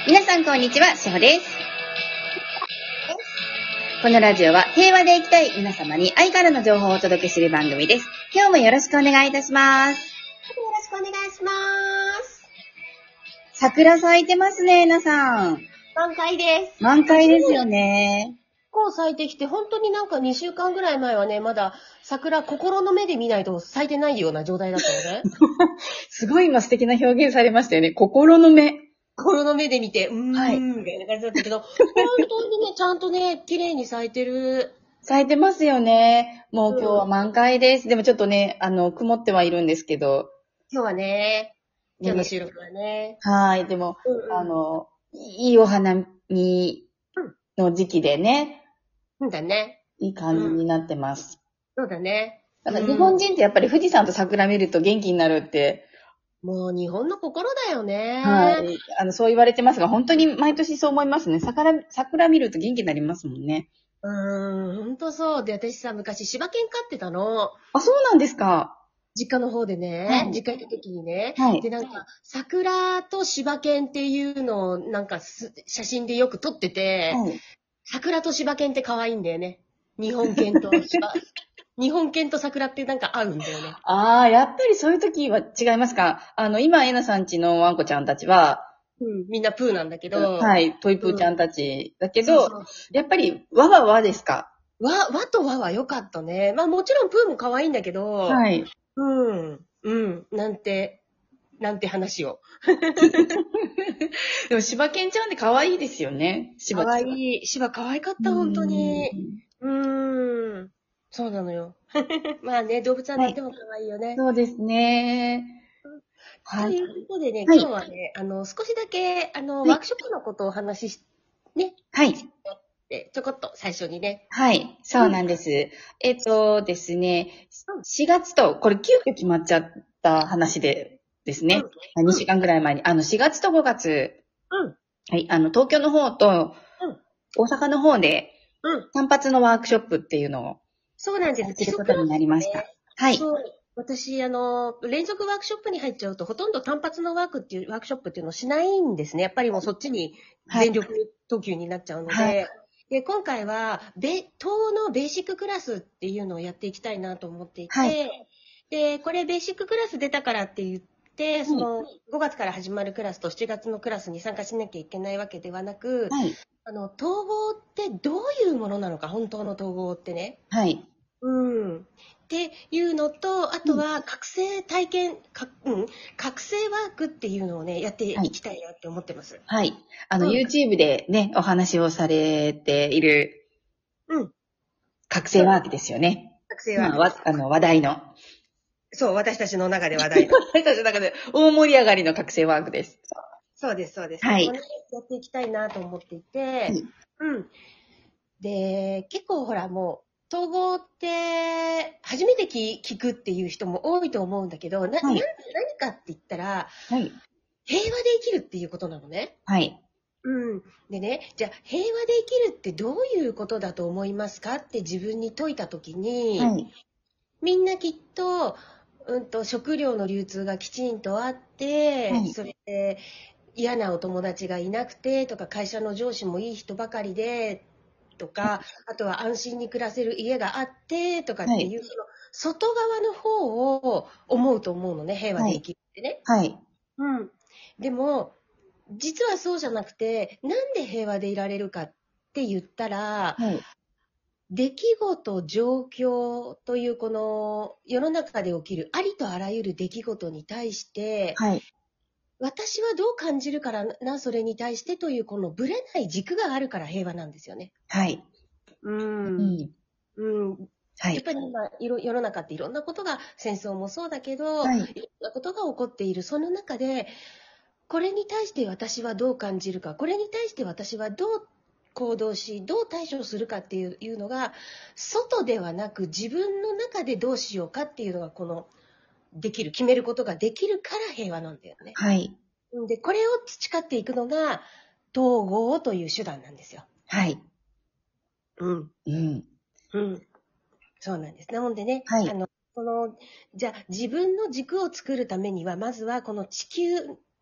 皆さんこんにちは、しほです。このラジオは平和で生きたい皆様に愛からの情報をお届けする番組です。今日もよろしくお願いいたします。 よろしくお願いします。 桜咲いてますね、皆さん。 満開です。 満開ですよね。 こう咲いてきて、本当になんか2週間ぐらい前はね、まだ桜心の目で見ないと咲いてないような状態だったのね。 すごい今素敵な表現されましたよね。心の目。 心の目で見て、 はい。 みたいな感じだったけど、本当にね、ちゃんとね、綺麗に咲いてる。 咲いてますよね。もう今日は満開です。でもちょっとね、曇ってはいるんですけど。 今日はね、今日の収録はね。 はい。でも、いいお花見の時期でね。 そうだね。 いい感じになってます。 そうだね。 日本人ってやっぱり富士山と桜見ると元気になるって、 もう日本の心だよね。 はい。そう言われてますが、本当に毎年そう思いますね。桜見ると元気になりますもんね。 ほんとそう。で、私さ、昔柴犬飼ってたの。 あ、そうなんですか。 実家の方でね、 はい実家行った時にね、 はい。 で、なんか、桜と柴犬っていうのを、なんか写真でよく撮ってて、 はい。 桜と柴犬って可愛いんだよね。日本犬と日本犬と桜ってなんか合うんだよね。 ああ、やっぱりそういう時は違いますか。今、えなさんちのワンコちゃんたちは、 みんなプーなんだけど、 はい、トイプーちゃんたちだけど、 そうそう。 やっぱり、わはわですか。 和と和は良かったね。まあもちろんプーも可愛いんだけど、 はい。 なんて話を。 でも、柴犬ちゃんって可愛いですよね。柴可愛ちゃん。 い。芝可愛かった、本当に。そうなのよ。まあね、動物ははい。 何でも可愛いよね。 そうですね。はい。 ということでね、 はい。 今日はね、少しだけ、 はい。 ワークショップのことをお話しし、ね、 はい。 ちょこっと最初にね。 はい。そうなんです。ですね、4月と、これ急遽決まっちゃった話でですうん、 ね、2週間ぐらい前に、4月と5月、 うん、 はい、東京の方とうん、 大阪の方で、 うん。 単発のワークショップっていうのをそうなんです。 され基礎てることになクラスでりました。 ね。 はい。 そう。私、連続ワークショップに入っちゃうと、ほとんど単発のワークショップっていうのをしないんですね。やっぱりもうそっちにはい。 全力投球になっちゃうのはい。 で。で、今回は、東のベーシッククラスっていうのをやっていきたいなと思っていはい。 て、で、これベーシッククラス出たからって言って、その5月から始まるクラスと7月のクラスに参加しなきゃいけないわけではなく、 はい。 統合ってどういうものなのか、本当の統合ってね。 はい。 っていうのと、あとは覚醒体験、覚醒ワークっていうのをね、やっていきたいなって思ってます。 はい。 うん。 YouTube でね、お話をされているうん。 覚醒ワークですよね。 覚醒ワー今、 クです。 話題の。 そう、私たちの中で話題の。 私たちの中で大盛り上がりの覚醒ワークです。 そうです、そうです。 はい。 それをね、やっていきたいなと思っていて、うん。で、結構ほら、もう、統合って初めて聞くっていう人も多いと思うんだけど、何はい。 かって言ったら、 はい。 平和で生きるっていうことなのね。 はい。 でね、じゃあ平和で生きるってどういうことだと思いますかって自分に問いたときに、 はい。 みんなきっと、食料の流通がきちんとあって、 はい。 それで嫌なお友達がいなくてとか、会社の上司もいい人ばかりでとか、あとは安心に暮らせる家があってとかっはい。 ていう、その外側の方を思うと思うのね、平和はい。 で生きるってね。 はい。 うん。でも、実はそうじゃなくて、なんで平和でいられるかって言ったら、 はい。 出来事、状況というこの世の中で起きるありとあらゆる出来事に対して、 はい。 私はどう感じるからな、それに対してというこのぶれない軸があるから平和なんですよね。 はい。 ううん。 ん。 うん。 はい。 やっぱり今、世の中っていろんなことが、戦争もそうだけど、 はい。 いろんなことが起こっている。その中で、これに対して私はどう感じるか、これに対して私はどう行動し、どう対処するかっていうのが、外ではなく自分の中でどうしようかっていうのが、決めることができるから平和なんだよね。 はい。 で、これを培っていくのが、統合という手段なんですよ。 はい。 うん。 うん。 うん。そうなんです。なのでね、 はい。 じゃあ自分の軸を作るためには、まずはこの地球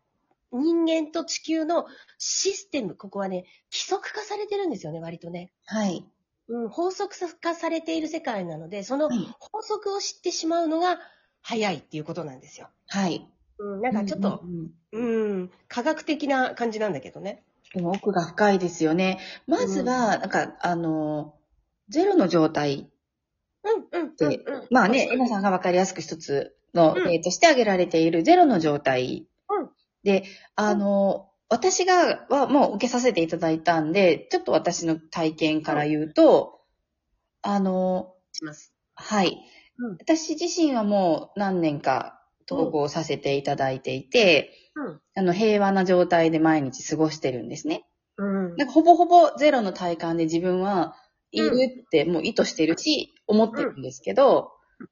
人間と地球のシステム、ここはね、規則化されてるんですよね、割とね。 はい。 法則化されている世界なので、そのはい。 法則を知ってしまうのが早いっていうことなんですよ。 はい。 なんかちょっと、 うんうんうん。 科学的な感じなんだけどね。 でも奥が深いですよね。まずは、なんか、ゼロの状態って、まあね、エナさんがわかりやすく一つの例として挙げられているゼロの状態で、私はもう受けさせていただいたんで、ちょっと私の体験から言うと、 します。 はい。私自身はもう何年か統合させていただいていて、平和な状態で毎日過ごしてるんですね。なんかほぼほぼゼロの体感で自分はいるってもう意図してるし、思ってるんですけど、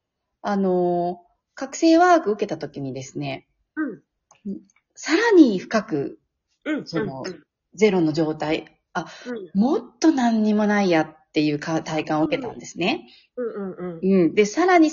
覚醒ワーク受けた時にですね、さらに深く、ゼロの状態、もっと何にもないやっていう体感を受けたんですね。で、さらに、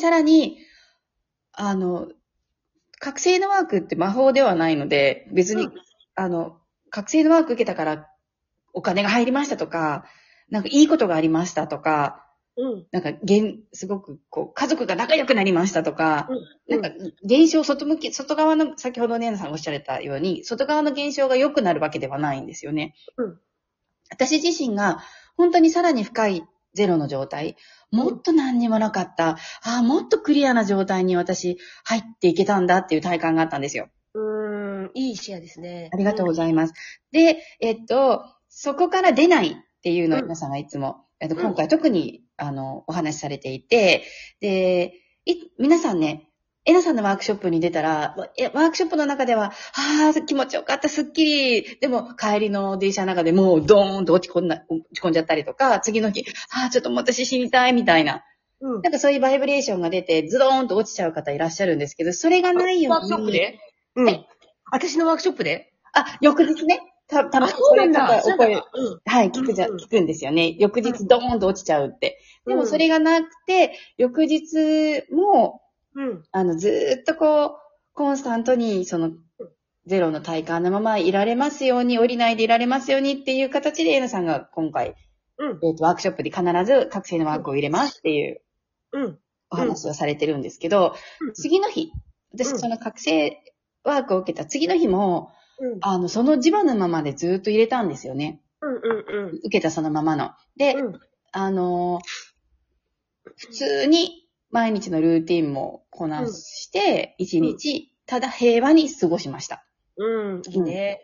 覚醒のワークって魔法ではないので、別に、覚醒のワーク受けたからお金が入りましたとか、なんかいいことがありましたとか、なんかすごく家族が仲良くなりましたとか、なんか現象外側の、先ほどねなさんがおっしゃられたように、外側の現象が良くなるわけではないんですよね。私自身が本当にさらに深いゼロの状態、もっと何にもなかった、もっとクリアな状態に私入っていけたんだっていう体感があったんですよ。 いい視野ですね。 ありがとうございます。で、そこから出ないっていうのを皆さんがいつも、今回特にお話しされていて、で、皆さんね、エナさんのワークショップに出たら、ワークショップの中では、気持ちよかった、すっきり。でも、帰りの電車の中でもう、ドーンと落ち込んじゃったりとか、次の日、ちょっともう私死にたい、みたいな。なんかそういうバイブレーションが出て、ズドーンと落ちちゃう方いらっしゃるんですけど、それがないように。 ワークショップで私のワークショップで翌日ね。 そうなんだ。 お声、はい、聞くんですよね。翌日ドーンと落ちちゃうって。でもそれがなくて、翌日も、ずーっとコンスタントに、ゼロの体感のままいられますように、降りないでいられますようにっていう形で、エナさんが今回、ワークショップで必ず覚醒のワークを入れますっていう、お話をされてるんですけど、次の日、私その覚醒ワークを受けた次の日も、その磁場のままでずっと入れたんですよね。受けたそのままの。で、普通に毎日のルーティンもこなして、一日、ただ平和に過ごしました。 いいね。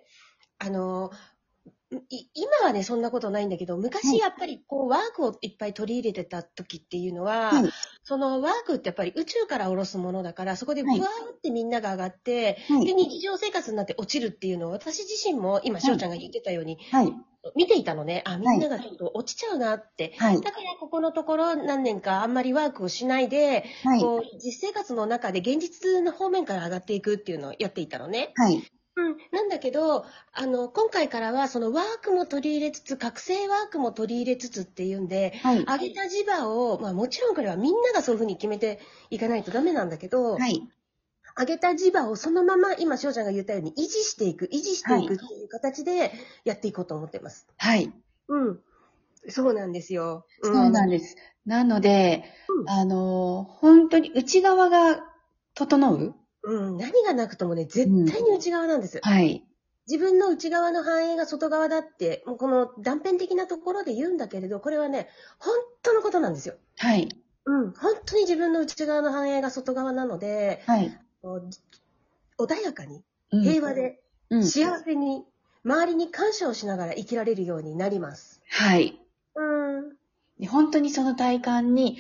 今はね、そんなことないんだけど、昔やっぱりワークをいっぱい取り入れてた時っていうのは、そのワークってやっぱり宇宙から下ろすものだから、そこでブワーってみんなが上がって、で、日常生活になって落ちるっていうのを私自身も今、しょうちゃんが言ってたように、見ていたのね。みんながちょっと落ちちゃうなって。だからここのところ何年かあんまりワークをしないで、実生活の中で現実の方面から上がっていくっていうのをやっていたのね。なんだけど、今回からはそのワークも取り入れつつ、覚醒ワークも取り入れつつっていうんで、上げた磁場を、もちろんこれはみんながそういうふうに決めていかないとダメなんだけど、上げた磁場をそのまま、今、しょうちゃんが言ったように維持していくっていう形でやっていこうと思ってます。そうなんですよ。 そうなんです。なので、本当に内側が整う。 何がなくともね、絶対に内側なんです。自分の内側の反映が外側だって、もうこの断片的なところで言うんだけれど、これはね、本当のことなんですよ。本当に自分の内側の反映が外側なので、穏やかに、平和で、幸せに、周りに感謝をしながら生きられるようになります。 本当にその体感に、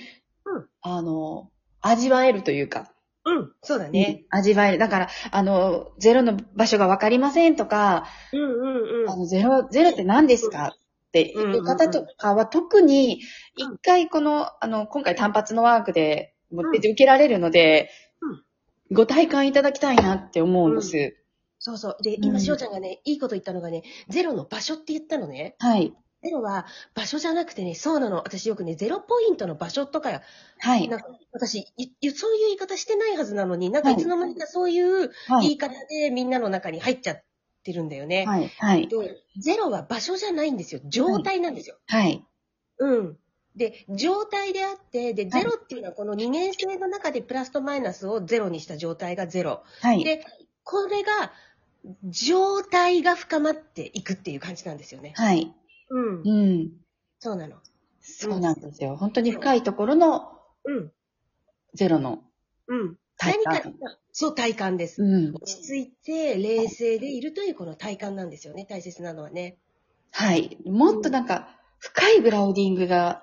味わえるというか、 そうだね。 味わえる。だから、ゼロの場所がわかりませんとか、ゼロって何ですかっていう方とかは特に、一回今回単発のワークで受けられるので、ご体感いただきたいなって思うんです。 そうそう。で、今、しおちゃんがね、いいこと言ったのがね、ゼロの場所って言ったのね。ゼロは場所じゃなくてね、そうなの。私よくね、ゼロポイントの場所とかなんか私、そういう言い方してないはずなのに、なんかいつの間にかそういう言い方でみんなの中に入っちゃってるんだよね。 はい。はい。 で、ゼロは場所じゃないんですよ。状態なんですよ。 はい。 うん。で、状態であって、で、ゼロっていうのはこの二元性の中でプラスとマイナスをゼロにした状態がゼロ。 はい。 で、これが、状態が深まっていくっていう感じなんですよね。 はい。 うん。 うん。 そうなの。 そうなんですよ。本当に深いところの、ゼロの体感。 何か、そう、体感です。落ち着いて、冷静でいるというこの体感なんですよね、大切なのはね。 はい。もっとなんか、深いグラウディングが、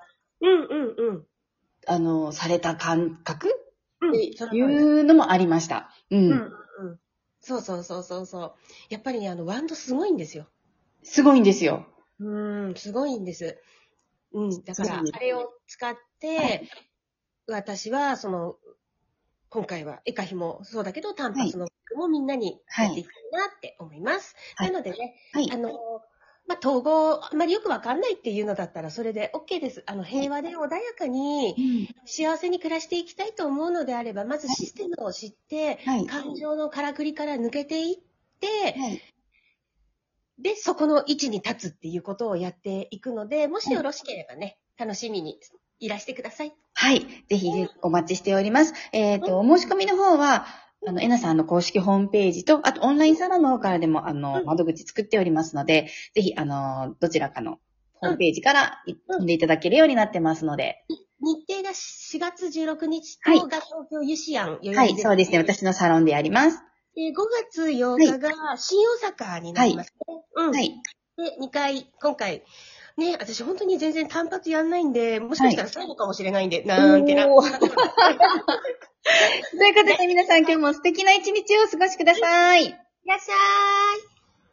された感覚っていうのもありました。 そう。やっぱりね、ワンドすごいんですよ。 すごいんですよ。 すごいんです。だから、あれを使って、私は、今回は、エカヒもそうだけど、単発の服もみんなにやっていきたいなって思います。なのでね、統合、あんまりよくわかんないっていうのだったら、それで OK です。平和で穏やかに、幸せに暮らしていきたいと思うのであれば、まずシステムを知って、感情のからくりから抜けていって、で、そこの位置に立つっていうことをやっていくので、もしよろしければね、楽しみにいらしてください。 はい。ぜひお待ちしております。お申し込みの方は、えなさんの公式ホームページと、あとオンラインサロンの方からでも、窓口作っておりますので、ぜひ、どちらかのホームページから飛んでいただけるようになってますので。 日程が4月16日と、が東京ユシアン代 々木で。はい、そうですね。私のサロンであります。 5月8日が新大阪になりますね。はい。で、2回、今回、ね、私本当に全然単発やんないんで、もしかしたら最後かもしれないんで、なんてな。ということで皆さん今日も素敵な一日をお過ごしください。いらっしゃい。